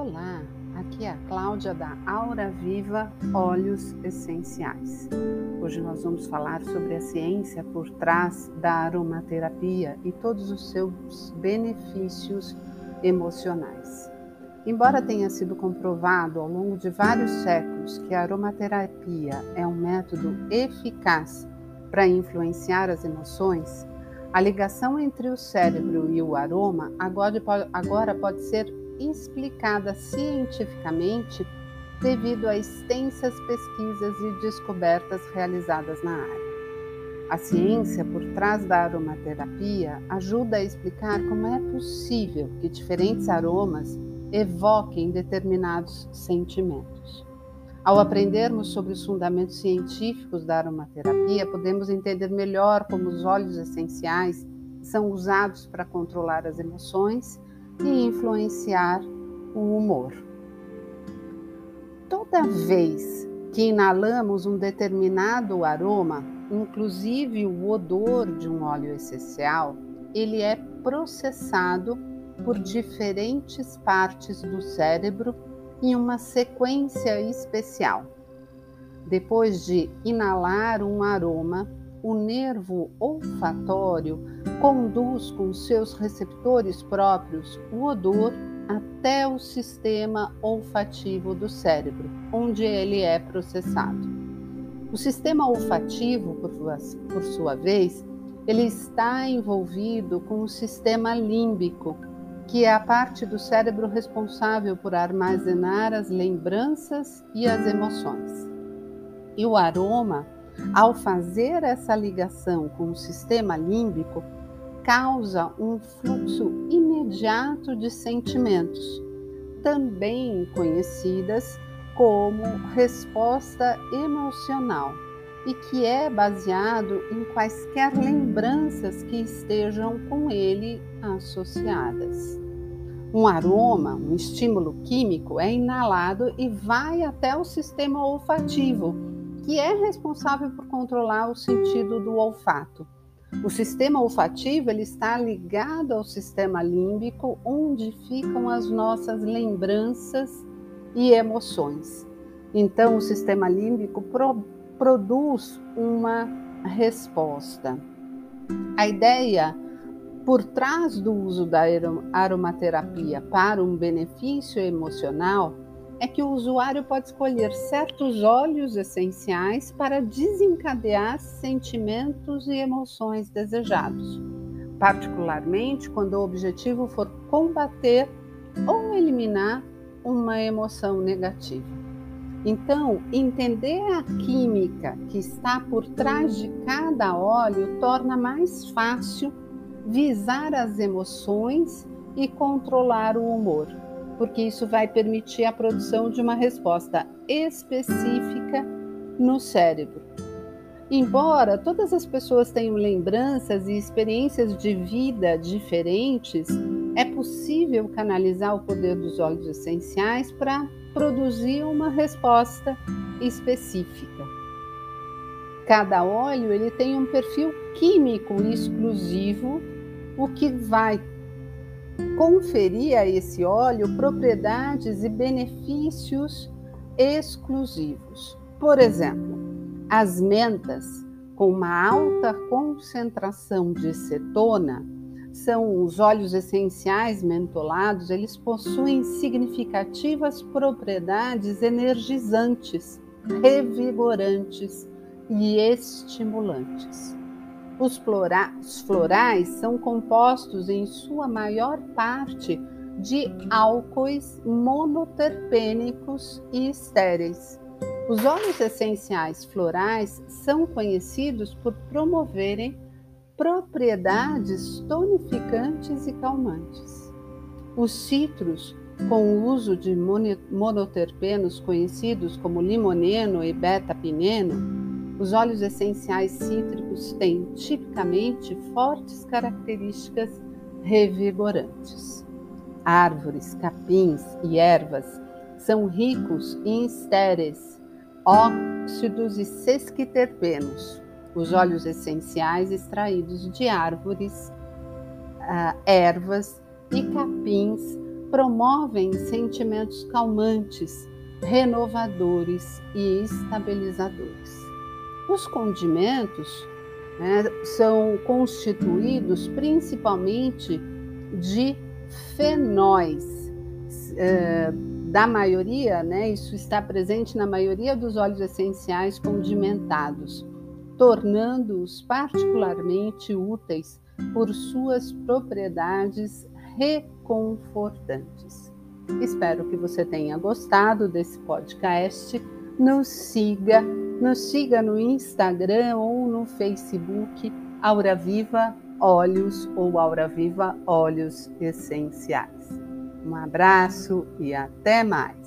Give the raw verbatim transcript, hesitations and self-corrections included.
Olá, aqui é a Cláudia da Aura Viva Óleos Essenciais. Hoje nós vamos falar sobre a ciência por trás da aromaterapia e todos os seus benefícios emocionais. Embora tenha sido comprovado ao longo de vários séculos que a aromaterapia é um método eficaz para influenciar as emoções, a ligação entre o cérebro e o aroma agora pode ser explicada cientificamente devido a extensas pesquisas e descobertas realizadas na área. A ciência por trás da aromaterapia ajuda a explicar como é possível que diferentes aromas evoquem determinados sentimentos. Ao aprendermos sobre os fundamentos científicos da aromaterapia, podemos entender melhor como os óleos essenciais são usados para controlar as emoções e influenciar o humor. Toda vez que inalamos um determinado aroma, inclusive o odor de um óleo essencial, ele é processado por diferentes partes do cérebro em uma sequência especial. Depois de inalar um aroma, o nervo olfatório conduz com seus receptores próprios o odor até o sistema olfativo do cérebro, onde ele é processado. O sistema olfativo, por sua vez, ele está envolvido com o sistema límbico, que é a parte do cérebro responsável por armazenar as lembranças e as emoções. E o aroma, ao fazer essa ligação com o sistema límbico, causa um fluxo imediato de sentimentos, também conhecidas como resposta emocional, e que é baseado em quaisquer lembranças que estejam com ele associadas. Um aroma, um estímulo químico, é inalado e vai até o sistema olfativo, que é responsável por controlar o sentido do olfato. O sistema olfativo ele está ligado ao sistema límbico, onde ficam as nossas lembranças e emoções. Então, o sistema límbico pro, produz uma resposta. A ideia por trás do uso da aromaterapia para um benefício emocional é que o usuário pode escolher certos óleos essenciais para desencadear sentimentos e emoções desejados, particularmente quando o objetivo for combater ou eliminar uma emoção negativa. Então, entender a química que está por trás de cada óleo torna mais fácil visar as emoções e controlar o humor, porque isso vai permitir a produção de uma resposta específica no cérebro. Embora todas as pessoas tenham lembranças e experiências de vida diferentes, é possível canalizar o poder dos óleos essenciais para produzir uma resposta específica. Cada óleo ele tem um perfil químico exclusivo, o que vai conferir a esse óleo propriedades e benefícios exclusivos. Por exemplo, as mentas com uma alta concentração de cetona são os óleos essenciais mentolados, eles possuem significativas propriedades energizantes, revigorantes e estimulantes. Os florais são compostos em sua maior parte de álcoois monoterpênicos e estéreis. Os óleos essenciais florais são conhecidos por promoverem propriedades tonificantes e calmantes. Os citros, com o uso de monoterpenos conhecidos como limoneno e beta-pineno, os óleos essenciais cítricos têm tipicamente fortes características revigorantes. Árvores, capins e ervas são ricos em estéreis, óxidos e sesquiterpenos. Os óleos essenciais extraídos de árvores, uh, ervas e capins promovem sentimentos calmantes, renovadores e estabilizadores. Os condimentos, né, são constituídos principalmente de fenóis, eh, da maioria, né, isso está presente na maioria dos óleos essenciais condimentados, tornando-os particularmente úteis por suas propriedades reconfortantes. Espero que você tenha gostado desse podcast. Nos siga, nos siga no Instagram ou no Facebook, Aura Viva Óleos ou Aura Viva Óleos Essenciais. Um abraço e até mais!